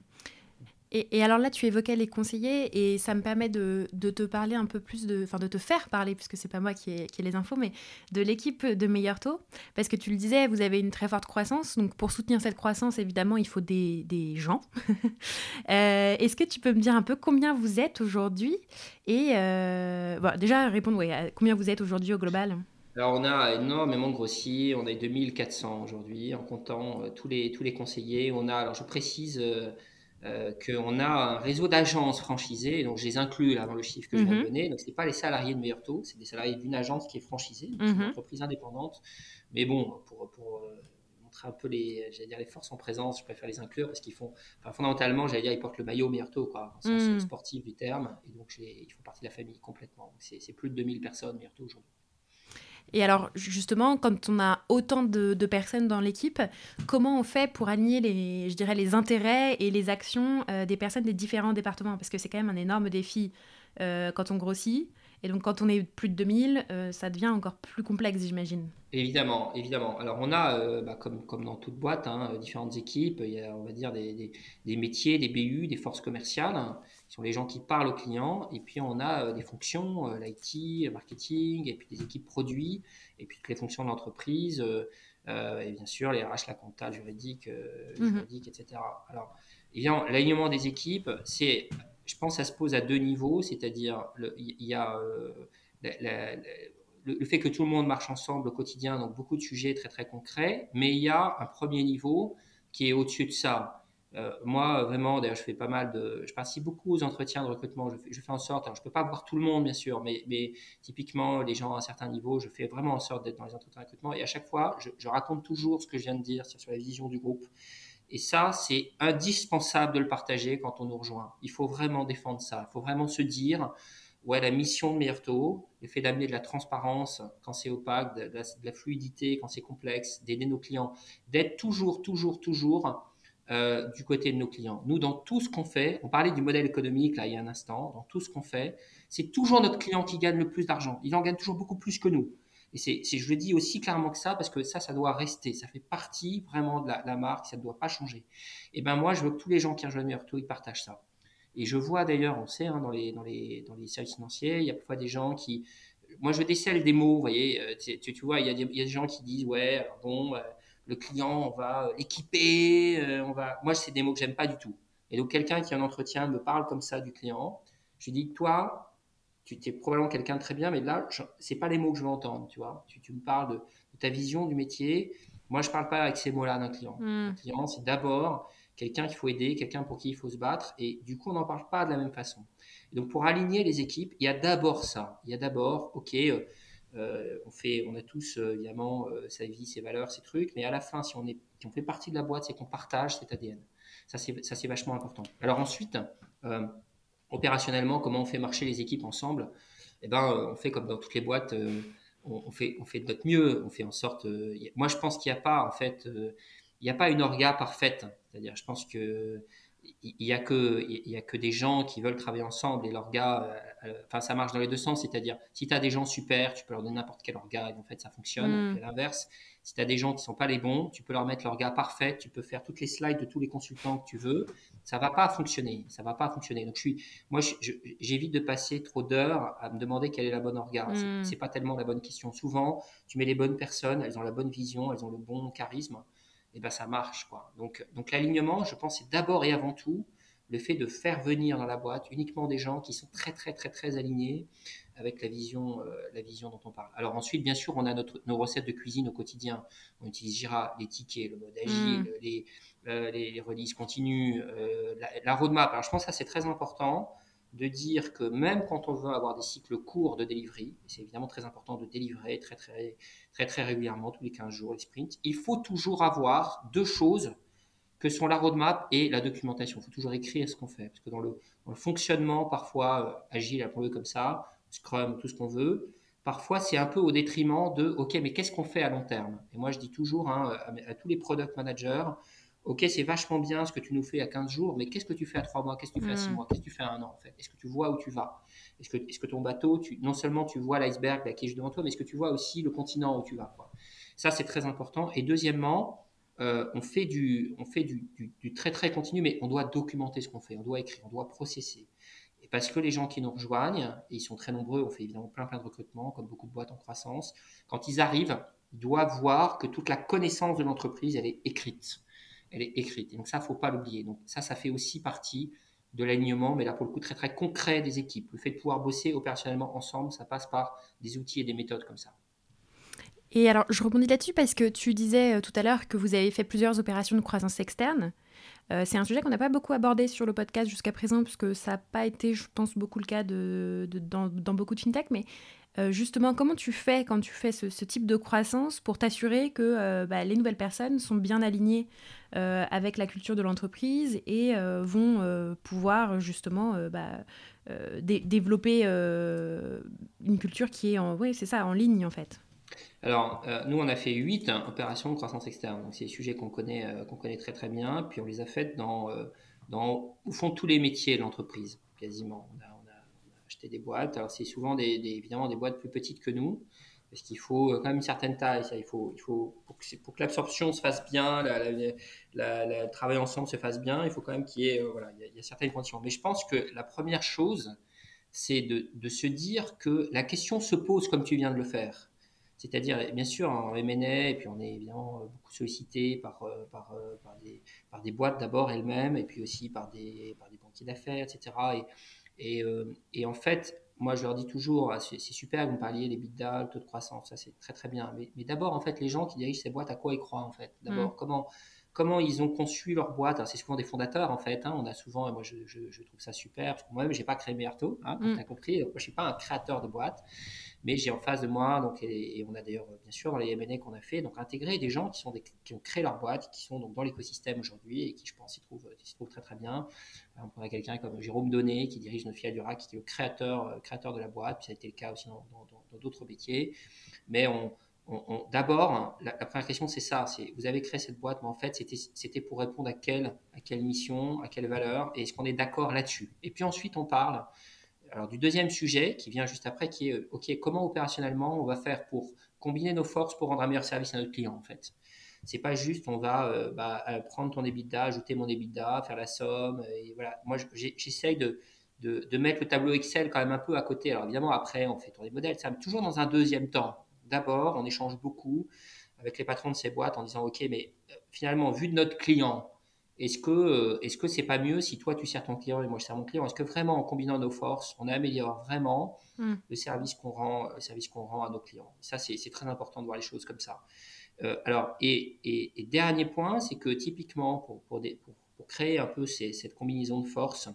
Speaker 1: Et, et alors là, tu évoquais les conseillers et ça me permet de, de te parler un peu plus, de, enfin de te faire parler, puisque c'est pas moi qui ai, qui ai les infos, mais de l'équipe de Meilleur Taux. Parce que tu le disais, vous avez une très forte croissance. Donc pour soutenir cette croissance, évidemment, il faut des, des gens. Euh, est-ce que tu peux me dire un peu combien vous êtes aujourd'hui? Et euh, bon, déjà, répondre, ouais, à combien vous êtes aujourd'hui au global?
Speaker 2: Alors, on a énormément grossi, on est deux mille quatre cents aujourd'hui, en comptant euh, tous les, tous les conseillers. On a, alors je précise euh, euh, qu'on a un réseau d'agences franchisées, donc je les inclus là dans le chiffre que je viens de
Speaker 1: Mhm,
Speaker 2: donner. Donc, ce n'est pas les salariés de Meilleur Taux, c'est des salariés d'une agence qui est franchisée, donc c'est une
Speaker 1: mhm.
Speaker 2: entreprise indépendante. Mais bon, pour, pour euh, montrer un peu les, j'allais dire les forces en présence, je préfère les inclure parce qu'ils font, enfin, fondamentalement, j'allais dire, ils portent le maillot Meilleur Taux, quoi, au sens
Speaker 1: Mm.
Speaker 2: sportif du terme, et donc je les- ils font partie de la famille complètement. Donc, c'est c'est plus de deux mille personnes Meilleur Taux aujourd'hui.
Speaker 1: Et alors, justement, quand on a autant de, de personnes dans l'équipe, comment on fait pour aligner les, je dirais, les intérêts et les actions euh, des personnes des différents départements? Parce que c'est quand même un énorme défi euh, quand on grossit. Et donc, quand on est plus de deux mille, euh, ça devient encore plus complexe, j'imagine.
Speaker 2: Évidemment, évidemment. Alors on a, euh, bah, comme, comme dans toute boîte, hein, euh, différentes équipes. Il y a, on va dire, des, des- des métiers, des B U, des forces commerciales, hein, qui sont les gens qui parlent aux clients. Et puis on a euh, des fonctions, euh, l'I T, le marketing, et puis des équipes produits, et puis toutes les fonctions de l'entreprise, euh, euh, et bien sûr les R H, la compta, juridique, euh,
Speaker 1: Mhm.
Speaker 2: juridique, et cetera. Alors évidemment, l'alignement des équipes, c'est, je pense, ça se pose à deux niveaux, c'est-à-dire le- il y a euh, la- la- la- le, le fait que tout le monde marche ensemble au quotidien, donc beaucoup de sujets très très concrets, mais il y a un premier niveau qui est au-dessus de ça. Euh, moi, vraiment, d'ailleurs, je fais pas mal de, je participe beaucoup aux entretiens de recrutement. Je fais, je fais en sorte, alors je peux pas voir tout le monde, bien sûr, mais, mais typiquement, les gens à un certain niveau, je fais vraiment en sorte d'être dans les entretiens de recrutement. Et à chaque fois, je, je raconte toujours ce que je viens de dire sur, sur la vision du groupe. Et ça, c'est indispensable de le partager quand on nous rejoint. Il faut vraiment défendre ça. Il faut vraiment se dire, ouais, la mission de Meilleur le fait d'amener de la transparence quand c'est opaque, de la, de la fluidité quand c'est complexe, d'aider nos clients, d'être toujours, toujours, toujours euh, du côté de nos clients. Nous, dans tout ce qu'on fait, on parlait du modèle économique là il y a un instant, dans tout ce qu'on fait, c'est toujours notre client qui gagne le plus d'argent. Il en gagne toujours beaucoup plus que nous. Et c'est, c'est, je le dis aussi clairement que ça, parce que ça, ça doit rester. Ça fait partie vraiment de la, la marque, ça ne doit pas changer. Et ben moi, je veux que tous les gens qui rejoignent Meilleur ils partagent ça. Et je vois d'ailleurs, on sait, hein, dans, les, dans, les, dans les services financiers, il y a parfois des gens qui... Moi, je décèle des mots, vous voyez. Tu, tu, tu vois, il y, a des, il y a des gens qui disent, ouais, alors bon, euh, le client, on va l'équiper, euh, on va... Moi, c'est des mots que j'aime pas du tout. Et donc, quelqu'un qui en entretien me parle comme ça du client, je lui dis, toi, tu es probablement quelqu'un de très bien, mais là, ce n'est pas les mots que je veux entendre, tu vois. Tu, tu me parles de, de, ta vision du métier. Moi, je ne parle pas avec ces mots-là d'un client.
Speaker 1: Mm.
Speaker 2: Un client, c'est d'abord quelqu'un qu'il faut aider, quelqu'un pour qui il faut se battre. Et du coup, on n'en parle pas de la même façon. Et donc, pour aligner les équipes, il y a d'abord ça. Il y a d'abord, OK, euh, euh, on, fait, on a tous, euh, évidemment, euh, sa vie, ses valeurs, ses trucs. Mais à la fin, si on, est, si on fait partie de la boîte, c'est qu'on partage cet A D N. Ça, c'est, ça, c'est vachement important. Alors ensuite... Euh, opérationnellement, comment on fait marcher les équipes ensemble, eh ben, on fait comme dans toutes les boîtes, euh, on, on, fait, on fait de notre mieux, on fait en sorte... Euh, y a, moi, je pense qu'il n'y a pas, en fait, euh, il n'y a pas une orga parfaite. C'est-à-dire, je pense que il n'y a, a que des gens qui veulent travailler ensemble et l'orga, euh, enfin, ça marche dans les deux sens. C'est-à-dire, si tu as des gens super, tu peux leur donner n'importe quel orga et en fait, ça fonctionne.
Speaker 1: Mm.
Speaker 2: Et à l'inverse, si tu as des gens qui ne sont pas les bons, tu peux leur mettre l'orga parfait, tu peux faire toutes les slides de tous les consultants que tu veux. Ça ne va pas fonctionner. Ça va pas fonctionner. Donc, je suis, moi, je, je, j'évite de passer trop d'heures à me demander quelle est la bonne orga.
Speaker 1: Mm.
Speaker 2: C'est, c'est pas tellement la bonne question. Souvent, tu mets les bonnes personnes, elles ont la bonne vision, elles ont le bon charisme. Et ben ça marche, quoi. Donc, donc l'alignement, je pense, c'est d'abord et avant tout le fait de faire venir dans la boîte uniquement des gens qui sont très très très très alignés avec la vision, euh, la vision dont on parle. Alors ensuite, bien sûr, on a notre, nos recettes de cuisine au quotidien. On utilise Jira, les tickets, le mode agile,
Speaker 1: Mm.
Speaker 2: les, euh, les, les releases continues, euh, la, la roadmap. Alors je pense que ça c'est très important de dire que même quand on veut avoir des cycles courts de delivery, c'est évidemment très important de délivrer très très très très régulièrement, tous les quinze jours, les sprints, il faut toujours avoir deux choses que sont la roadmap et la documentation. Il faut toujours écrire ce qu'on fait. Parce que dans le, dans le fonctionnement, parfois, euh, agile, appelons-le comme ça, Scrum, tout ce qu'on veut, parfois c'est un peu au détriment de, OK, mais qu'est-ce qu'on fait à long terme? Et moi, je dis toujours hein, à, à tous les product managers, OK, c'est vachement bien ce que tu nous fais à quinze jours, mais qu'est-ce que tu fais à trois mois? Qu'est-ce que tu fais à six
Speaker 1: Mm.
Speaker 2: mois? Qu'est-ce que tu fais à un an, en fait? Est-ce que tu vois où tu vas? Est-ce que, est-ce que ton bateau, tu, non seulement tu vois l'iceberg là, qui est juste devant toi, mais est-ce que tu vois aussi le continent où tu vas, quoi? Ça, c'est très important. Et deuxièmement, euh, on fait, du, on fait du, du, du très très continu, mais on doit documenter ce qu'on fait, on doit écrire, on doit processer. Et parce que les gens qui nous rejoignent, et ils sont très nombreux, on fait évidemment plein plein de recrutements, comme beaucoup de boîtes en croissance, quand ils arrivent, ils doivent voir que toute la connaissance de l'entreprise, elle est écrite. Elle est écrite. Et donc ça, il ne faut pas l'oublier. Donc ça, ça fait aussi partie de l'alignement, mais là pour le coup très très concret des équipes. Le fait de pouvoir bosser opérationnellement ensemble, ça passe par des outils et des méthodes comme ça.
Speaker 1: Et alors, je rebondis là-dessus parce que tu disais euh, tout à l'heure que vous avez fait plusieurs opérations de croissance externe. Euh, c'est un sujet qu'on n'a pas beaucoup abordé sur le podcast jusqu'à présent, puisque ça n'a pas été, je pense, beaucoup le cas de, de, dans, dans beaucoup de fintech. Mais euh, justement, comment tu fais quand tu fais ce, ce type de croissance pour t'assurer que euh, bah, les nouvelles personnes sont bien alignées euh, avec la culture de l'entreprise et euh, vont euh, pouvoir justement euh, bah, euh, dé- développer euh, une culture qui est en, ouais, c'est ça, en ligne en fait.
Speaker 2: Alors, euh, nous, on a fait huit hein, opérations de croissance externe. Donc, c'est des sujets qu'on connaît, euh, qu'on connaît très très bien. Puis, on les a faites dans, euh, dans au fond, tous les métiers de l'entreprise, quasiment. On a, on a- on a acheté des boîtes. Alors, c'est souvent des, des- évidemment des boîtes plus petites que nous, parce qu'il faut euh, quand même une certaine taille. Ça, il faut, il faut, pour que, c'est- pour que l'absorption se fasse bien, la, la- la- la- le travail ensemble se fasse bien, il faut quand même qu'il y ait, euh, voilà, il y a, il y a certaines conditions. Mais je pense que la première chose, c'est de, de se dire que la question se pose comme tu viens de le faire. C'est-à-dire, bien sûr, en M and A, et puis on est évidemment beaucoup sollicité par, euh, par, euh, par, des, par des boîtes d'abord elles-mêmes, et puis aussi par des, par des banquiers d'affaires, et cetera. Et, et, euh, et en fait, moi, je leur dis toujours, ah, c'est, c'est super, vous me parliez des bidas, le taux de croissance, ça c'est très très bien. Mais, mais d'abord, en fait, les gens qui dirigent ces boîtes, à quoi ils croient en fait?
Speaker 1: Mm.
Speaker 2: D'abord, comment, comment ils ont conçu leur boîte? Alors, c'est souvent des fondateurs en fait. Hein, on a souvent, et moi je, je, je trouve ça super, parce que moi-même, j'ai pas créé Meerto, hein, comme
Speaker 1: Mm.
Speaker 2: tu as compris. Moi, je suis pas un créateur de boîte, mais j'ai en face de moi, donc, et, et on a d'ailleurs, bien sûr, dans les M and A qu'on a fait, donc intégré des gens qui, sont des, qui ont créé leur boîte, qui sont donc dans l'écosystème aujourd'hui et qui, je pense, s'y trouvent, s'y trouvent très très bien. Par exemple, on a quelqu'un comme Jérôme Donnet qui dirige notre filiale du R A C, qui est le créateur, euh, créateur de la boîte, puis ça a été le cas aussi dans, dans, dans d'autres métiers. Mais on, on, on, d'abord, hein, la, la, première question, c'est ça, c'est vous avez créé cette boîte, mais en fait, c'était, c'était pour répondre à quelle, à quelle mission, à quelle valeur, et est-ce qu'on est d'accord là-dessus? Et puis ensuite, on parle alors, du deuxième sujet qui vient juste après, qui est, OK, comment opérationnellement on va faire pour combiner nos forces pour rendre un meilleur service à notre client, en fait. C'est pas juste, on va euh, bah, prendre ton EBITDA, ajouter mon EBITDA, faire la somme, et voilà. Moi, j'essaye de, de, de, mettre le tableau Excel quand même un peu à côté. Alors, évidemment, après, on fait tourner des modèles, ça, mais toujours dans un deuxième temps. D'abord, on échange beaucoup avec les patrons de ces boîtes en disant, OK, mais euh, finalement, vu de notre client, est-ce que euh, est-ce que c'est pas mieux si toi tu sers ton client et moi je sers mon client? Est-ce que vraiment en combinant nos forces, on améliore vraiment
Speaker 1: Mm.
Speaker 2: le service qu'on rend, le service qu'on rend à nos clients? Ça, c'est, c'est très important de voir les choses comme ça. Euh, alors, et, et, et, dernier point, c'est que typiquement pour, pour, des, pour, pour créer un peu ces, cette combinaison de forces,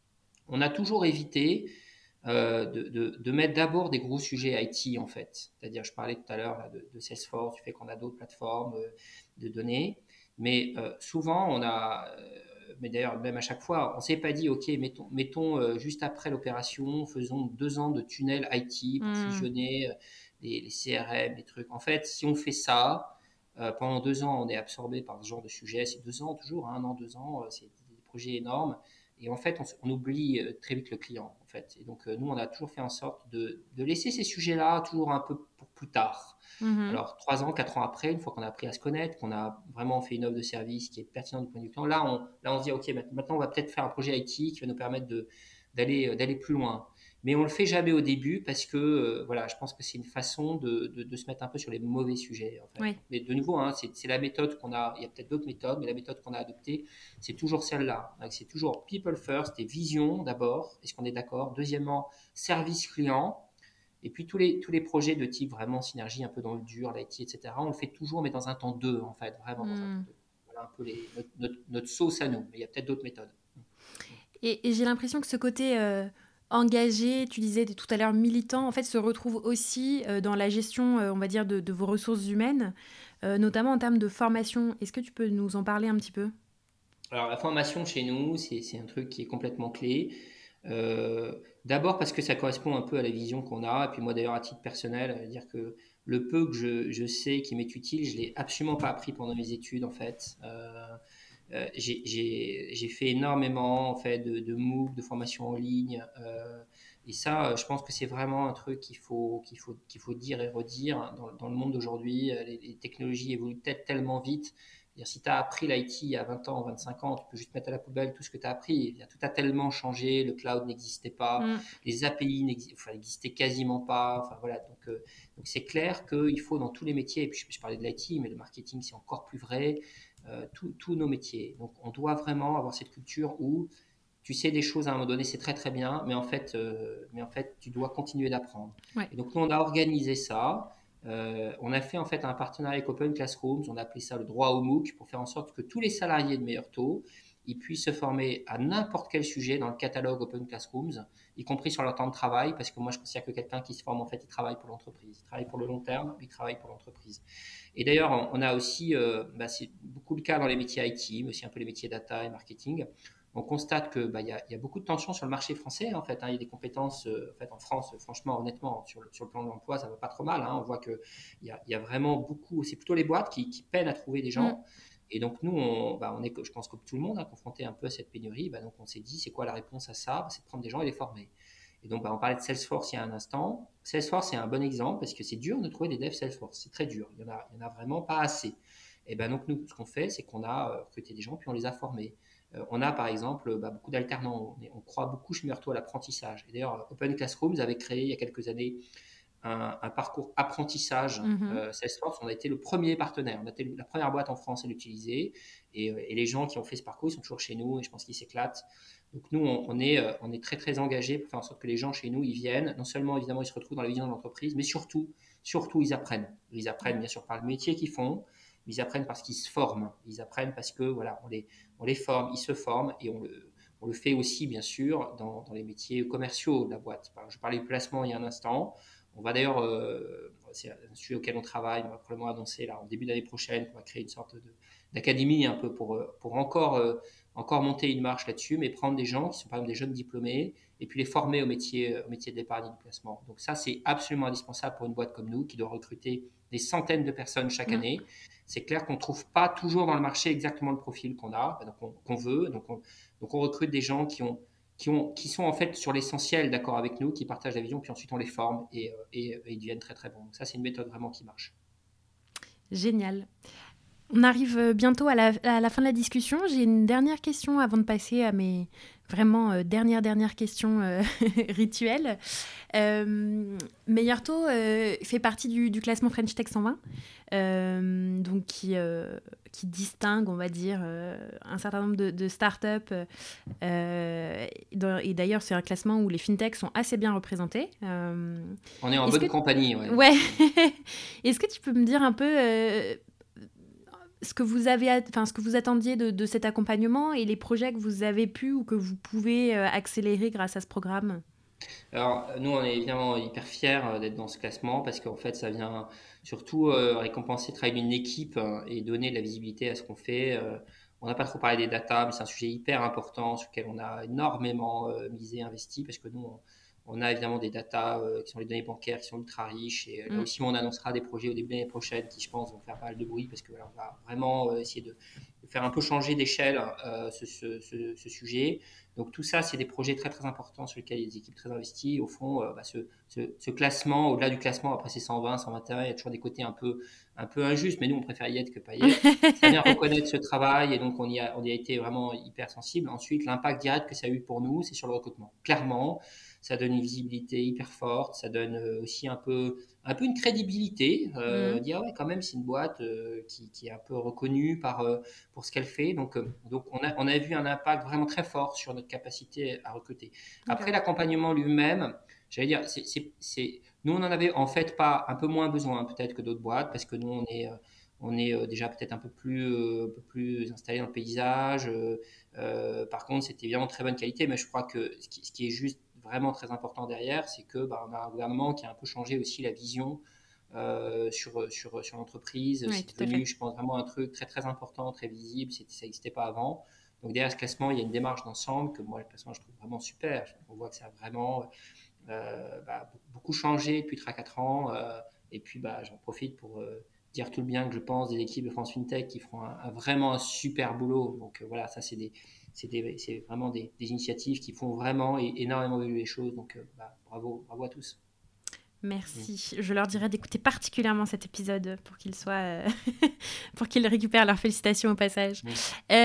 Speaker 2: on a toujours évité euh, de, de, de, mettre d'abord des gros sujets I T en fait. C'est-à-dire, je parlais tout à l'heure là, de, de Salesforce, du fait qu'on a d'autres plateformes euh, de données, mais euh, souvent on a, euh, mais d'ailleurs même à chaque fois, on s'est pas dit, ok, mettons, mettons euh, juste après l'opération, faisons deux ans de tunnel I T pour
Speaker 1: Mm.
Speaker 2: fusionner euh, les, les C R M, les trucs. En fait, si on fait ça, euh, pendant deux ans, on est absorbé par ce genre de sujet. C'est deux ans toujours, hein, un an, deux ans, euh, c'est des projets énormes. Et en fait, on, on oublie euh, très vite le client. En fait. Et donc, euh, nous, on a toujours fait en sorte de, de laisser ces sujets-là toujours un peu pour plus tard.
Speaker 1: Mm-hmm.
Speaker 2: Alors, trois ans, quatre ans après, une fois qu'on a appris à se connaître, qu'on a vraiment fait une offre de service qui est pertinente du point de vue client, là, on, là, on se dit, OK, maintenant, on va peut-être faire un projet I T qui va nous permettre de, d'aller, d'aller plus loin. Mais on ne le fait jamais au début parce que, euh, voilà, je pense que c'est une façon de, de, de, se mettre un peu sur les mauvais sujets, en fait.
Speaker 1: Oui.
Speaker 2: Mais de nouveau, hein, c'est, c'est la méthode qu'on a, il y a peut-être d'autres méthodes, mais la méthode qu'on a adoptée, c'est toujours celle-là. C'est toujours people first et vision d'abord. Est-ce qu'on est d'accord? Deuxièmement, service client. Et puis tous les, tous les projets de type vraiment synergie, un peu dans le dur, l'I T, et cetera, on le fait toujours, mais dans un temps deux, en fait, vraiment dans un temps
Speaker 1: Mm.
Speaker 2: deux. Voilà un peu les, notre, notre, notre sauce à nous, mais il y a peut-être d'autres méthodes.
Speaker 1: Et, et j'ai l'impression que ce côté euh, engagé, tu disais tout à l'heure militant, en fait, se retrouve aussi euh, dans la gestion, euh, on va dire, de, de vos ressources humaines, euh, notamment en termes de formation. Est-ce que tu peux nous en parler un petit peu?
Speaker 2: Alors la formation chez nous, c'est, c'est un truc qui est complètement clé. Euh, D'abord parce que ça correspond un peu à la vision qu'on a, et puis moi d'ailleurs à titre personnel, euh, dire que le peu que je, je sais qui m'est utile, je l'ai absolument pas appris pendant mes études en fait. Euh, euh, j'ai, j'ai, j'ai fait énormément en fait de, de MOOC, de formation en ligne, euh, et ça, euh, je pense que c'est vraiment un truc qu'il faut qu'il faut qu'il faut dire et redire dans, dans le monde d'aujourd'hui. Les, les technologies évoluent peut-être tellement vite. Dire, si tu as appris l'I T il y a vingt ans, vingt-cinq ans, tu peux juste mettre à la poubelle tout ce que tu as appris. Dire, tout a tellement changé, le cloud n'existait pas,
Speaker 1: Mm.
Speaker 2: les A P I n'existaient quasiment pas. Enfin, voilà, donc, euh, donc c'est clair qu'il faut dans tous les métiers, et puis je, je parlais de l'I T, mais le marketing c'est encore plus vrai, euh, tous nos métiers. Donc on doit vraiment avoir cette culture où tu sais des choses à un moment donné, c'est très très bien, mais en fait, euh, mais en fait tu dois continuer d'apprendre.
Speaker 1: Ouais.
Speaker 2: Et donc nous on a organisé ça. Euh, on a fait en fait un partenariat avec Open Classrooms, on a appelé ça le droit au MOOC pour faire en sorte que tous les salariés de Meilleur Taux ils puissent se former à n'importe quel sujet dans le catalogue Open Classrooms, y compris sur leur temps de travail, parce que moi je considère que quelqu'un qui se forme en fait il travaille pour l'entreprise, il travaille pour le long terme, il travaille pour l'entreprise. Et d'ailleurs on a aussi, euh, bah, c'est beaucoup le cas dans les métiers I T, mais aussi un peu les métiers data et marketing. On constate que bah, y, a, y a beaucoup de tensions sur le marché français en fait. Hein, il y a des compétences euh, en fait en France, franchement, honnêtement, sur le, sur le plan de l'emploi, ça va pas trop mal. Hein, on voit que il y a, y a vraiment beaucoup. C'est plutôt les boîtes qui, qui peinent à trouver des
Speaker 1: Mm.
Speaker 2: gens. Et donc nous, on, bah, on est, je pense comme tout le monde, hein, confronté un peu à cette pénurie. Bah, donc on s'est dit, c'est quoi la réponse à ça? Bah, c'est de prendre des gens et les former. Et donc bah, on parlait de Salesforce il y a un instant. Salesforce c'est un bon exemple parce que c'est dur de trouver des devs Salesforce. C'est très dur. Il y en a, il y en a vraiment pas assez. Et ben donc nous, ce qu'on fait, c'est qu'on a euh, recruté des gens puis on les a formés. Euh, on a par exemple bah, beaucoup d'alternants. On, on, croit beaucoup chez Meurto à l'apprentissage. Et d'ailleurs, Open Classrooms avait créé il y a quelques années un, un parcours apprentissage
Speaker 1: Mm-hmm.
Speaker 2: euh, Salesforce. On a été le premier partenaire. On a été la première boîte en France à l'utiliser. Et, et les gens qui ont fait ce parcours, ils sont toujours chez nous et je pense qu'ils s'éclatent. Donc nous, on, on est, euh, on est très très engagés pour faire en sorte que les gens chez nous, ils viennent. Non seulement évidemment ils se retrouvent dans la vision de l'entreprise, mais surtout, surtout ils apprennent. Ils apprennent bien sûr par le métier qu'ils font, mais ils apprennent parce qu'ils se forment. Ils apprennent parce que voilà, on les, on les forme, ils se forment et on le, on le fait aussi bien sûr dans, dans les métiers commerciaux de la boîte. Je parlais de placement il y a un instant. On va d'ailleurs, euh, c'est un sujet auquel on travaille, on va probablement annoncer là en début d'année prochaine qu'on va créer une sorte de, d'académie un peu pour, pour encore, euh, encore monter une marche là-dessus, mais prendre des gens qui sont par exemple des jeunes diplômés et puis les former au métier, au métier de l'épargne et du placement. Donc ça, c'est absolument indispensable pour une boîte comme nous qui doit recruter des centaines de personnes chaque mmh. année. C'est clair qu'on ne trouve pas toujours dans le marché exactement le profil qu'on a, donc on, qu'on veut. Donc on, donc on recrute des gens qui ont Qui, ont, qui sont en fait sur l'essentiel d'accord avec nous, qui partagent la vision, puis ensuite on les forme et, et, et ils deviennent très très bons. Donc ça, c'est une méthode vraiment qui marche.
Speaker 1: Génial. On arrive bientôt à la, à la fin de la discussion. J'ai une dernière question avant de passer à mes vraiment euh, dernières, dernières questions euh, rituelles. Euh, Meilleur Taux euh, fait partie du, du classement French Tech cent vingt, euh, donc qui, euh, qui distingue, on va dire, euh, un certain nombre de, de startups. Euh, et d'ailleurs, c'est un classement où les fintechs sont assez bien représentés. Euh,
Speaker 2: on est en bonne
Speaker 1: que...
Speaker 2: compagnie. Ouais.
Speaker 1: ouais. Est-ce que tu peux me dire un peu... Euh, ce que vous avez, enfin ce que vous attendiez de, de cet accompagnement et les projets que vous avez pu ou que vous pouvez accélérer grâce à ce programme?
Speaker 2: Alors nous, on est évidemment hyper fiers d'être dans ce classement parce qu'en fait, ça vient surtout euh, récompenser le travail d'une équipe euh, et donner de la visibilité à ce qu'on fait. Euh, on n'a pas trop parlé des data, mais c'est un sujet hyper important sur lequel on a énormément euh, misé, investi parce que nous, on, on a évidemment des datas euh, qui sont les données bancaires, qui sont ultra riches. Et euh, là aussi, on annoncera des projets au début de l'année prochaine qui, je pense, vont faire pas mal de bruit parce que voilà, on va vraiment euh, essayer de, de faire un peu changer d'échelle euh, ce, ce, ce, ce sujet. Donc tout ça, c'est des projets très très importants sur lesquels il y a des équipes très investies. Au fond, euh, bah, ce, ce, ce classement, au-delà du classement, après c'est cent vingt, cent vingt et un, il y a toujours des côtés un peu, un peu injustes, mais nous on préfère y être que pas y être. Ça vient reconnaître ce travail et donc on y a, on y a été vraiment hyper sensible. Ensuite, l'impact direct que ça a eu pour nous, c'est sur le recrutement. Clairement, ça donne une visibilité hyper forte, ça donne aussi un peu, un peu une crédibilité. Euh, mmh. Dire ouais, quand même, c'est une boîte euh, qui, qui est un peu reconnue par, euh, pour ce qu'elle fait. Donc, euh, donc on, a, on a vu un impact vraiment très fort sur notre capacité à recruter. Après, okay. L'accompagnement lui-même, j'allais dire, c'est, c'est, c'est, nous, on en avait en fait pas un peu moins besoin peut-être que d'autres boîtes parce que nous, on est, on est déjà peut-être un peu plus, un peu plus installé dans le paysage. Euh, par contre, c'était évidemment de très bonne qualité, mais je crois que ce qui, ce qui est juste vraiment très important derrière, c'est que bah, on a un gouvernement qui a un peu changé aussi la vision euh, sur, sur, sur l'entreprise. Oui, c'est devenu, je pense, vraiment un truc très très important, très visible, ça n'existait pas avant. Donc derrière ce classement, il y a une démarche d'ensemble que moi, personnellement, je trouve vraiment super. On voit que ça a vraiment euh, bah, beaucoup changé depuis trois à quatre ans. Euh, et puis, bah, j'en profite pour euh, dire tout le bien que je pense des équipes de France FinTech qui feront un, un, vraiment un super boulot. Donc euh, voilà, ça, c'est, des, c'est, des, c'est vraiment des, des initiatives qui font vraiment et énormément évoluer les choses. Donc euh, bah, bravo, bravo à tous.
Speaker 1: Merci. Je leur dirai d'écouter particulièrement cet épisode pour qu'ils soient, euh, pour qu'ils récupèrent leurs félicitations au passage. Oui.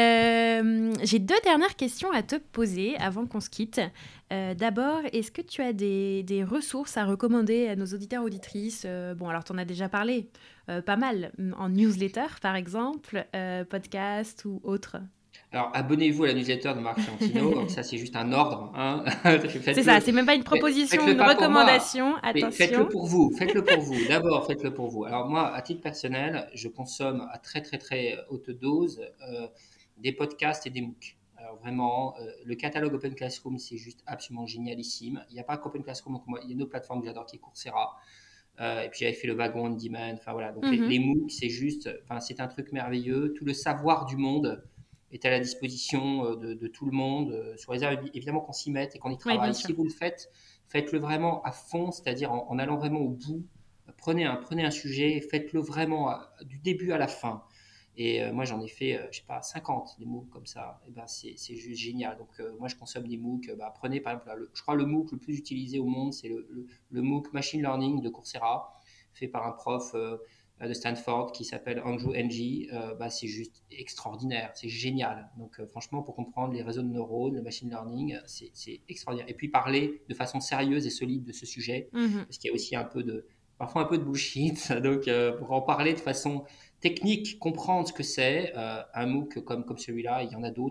Speaker 1: Euh, j'ai deux dernières questions à te poser avant qu'on se quitte. Euh, d'abord, est-ce que tu as des, des ressources à recommander à nos auditeurs auditrices? euh, Bon, alors tu en as déjà parlé, euh, pas mal, en newsletter par exemple, euh, podcast ou autre.
Speaker 2: Alors, abonnez-vous à la newsletter de Marc Fiorentino. Ça, c'est juste un ordre. Hein.
Speaker 1: C'est ça, c'est même pas une proposition, une recommandation. Attention.
Speaker 2: Faites-le pour vous. Faites-le pour vous. D'abord, faites-le pour vous. Alors moi, à titre personnel, je consomme à très très très haute dose euh, des podcasts et des MOOC. Alors vraiment, euh, le catalogue Open Classroom, c'est juste absolument génialissime. Il n'y a pas qu'Open Classroom, donc moi, il y a une autre plateforme que j'adore qui est Coursera. Euh, et puis j'avais fait le wagon on demand. Enfin voilà, donc mm-hmm. les, les MOOC, c'est juste, enfin c'est un truc merveilleux. Tout le savoir du monde est à la disposition de, de tout le monde, sous réserve évidemment qu'on s'y mette et qu'on y travaille. Oui, si vous le faites, faites-le vraiment à fond, c'est-à-dire en, en allant vraiment au bout. Prenez un, prenez un sujet, faites-le vraiment à, du début à la fin. Et euh, moi, j'en ai fait, euh, je sais pas, cinquante des MOOC comme ça. Et ben, c'est, c'est juste génial. Donc, euh, moi, je consomme des MOOC. Bah, prenez par exemple, le, je crois le MOOC le plus utilisé au monde, c'est le, le, le MOOC Machine Learning de Coursera, fait par un prof euh, de Stanford qui s'appelle Andrew Ng. Euh, bah, c'est juste extraordinaire, c'est génial. Donc, euh, franchement, pour comprendre les réseaux de neurones, le machine learning, c'est, c'est extraordinaire. Et puis, parler de façon sérieuse et solide de ce sujet, mm-hmm. parce qu'il y a aussi un peu de, parfois un peu de bullshit. Donc, euh, pour en parler de façon technique, comprendre ce que c'est, euh, un MOOC comme, comme celui-là, il y en a d'autres,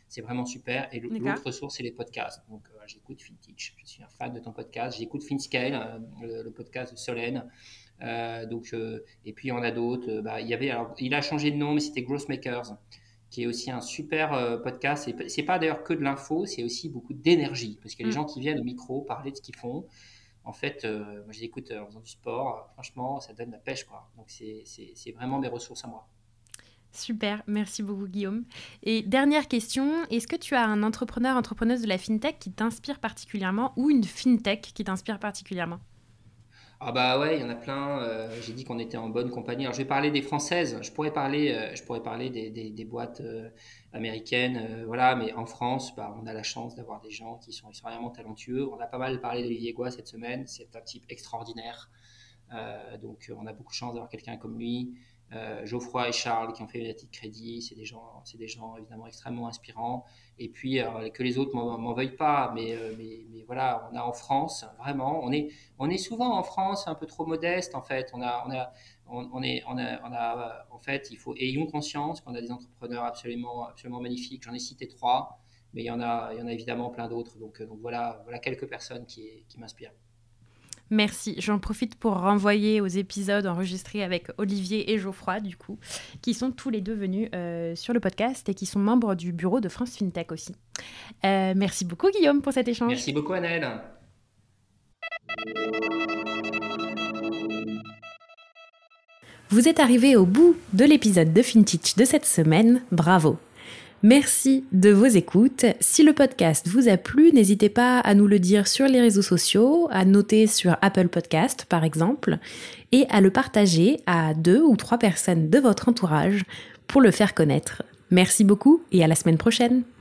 Speaker 2: c'est vraiment super. Et
Speaker 1: D'accord.
Speaker 2: l'autre ressource, c'est les podcasts. Donc, euh, j'écoute FinTech. Je suis un fan de ton podcast. J'écoute FinScale, euh, le, le podcast de Solène. Euh, donc, euh, et puis, il y en a d'autres. Euh, bah, il y avait, alors, il a changé de nom, mais c'était Growthmakers, qui est aussi un super euh, podcast. C'est, c'est pas d'ailleurs que de l'info, c'est aussi beaucoup d'énergie. Parce que les
Speaker 1: Mm.
Speaker 2: gens qui viennent au micro parler de ce qu'ils font, en fait, euh, moi, je les écoute en faisant du sport. Franchement, ça donne la pêche, quoi. Donc, c'est, c'est, c'est vraiment mes ressources à moi.
Speaker 1: Super, merci beaucoup Guillaume. Et dernière question, est-ce que tu as un entrepreneur, entrepreneuse de la FinTech qui t'inspire particulièrement ou une FinTech qui t'inspire particulièrement ?
Speaker 2: Ah bah ouais, il y en a plein. Euh, j'ai dit qu'on était en bonne compagnie. Alors je vais parler des françaises. Je pourrais parler, euh, je pourrais parler des, des, des boîtes euh, américaines, euh, voilà. Mais en France, bah, on a la chance d'avoir des gens qui sont extrêmement talentueux. On a pas mal parlé d'Olivier Goy cette semaine. C'est un type extraordinaire. Euh, donc on a beaucoup de chance d'avoir quelqu'un comme lui. Euh, Geoffroy et Charles qui ont fait United Crédit, c'est des gens, c'est des gens évidemment extrêmement inspirants. Et puis euh, que les autres m'en, m'en veuillent pas, mais, euh, mais, mais voilà, on a en France vraiment, on est, on est souvent en France un peu trop modeste en fait. On a, on a, on, on est, on a, on a, en fait, il faut ayons conscience qu'on a des entrepreneurs absolument, absolument magnifiques. J'en ai cité trois, mais il y en a, il y en a évidemment plein d'autres. Donc, donc voilà, voilà quelques personnes qui, qui m'inspirent.
Speaker 1: Merci. J'en profite pour renvoyer aux épisodes enregistrés avec Olivier et Geoffroy, du coup, qui sont tous les deux venus euh, sur le podcast et qui sont membres du bureau de France FinTech aussi. Euh, merci beaucoup, Guillaume, pour cet échange.
Speaker 2: Merci beaucoup, Annelle.
Speaker 1: Vous êtes arrivé au bout de l'épisode de FinTech de cette semaine. Bravo! Merci de vos écoutes. Si le podcast vous a plu, n'hésitez pas à nous le dire sur les réseaux sociaux, à noter sur Apple Podcast par exemple, et à le partager à deux ou trois personnes de votre entourage pour le faire connaître. Merci beaucoup et à la semaine prochaine.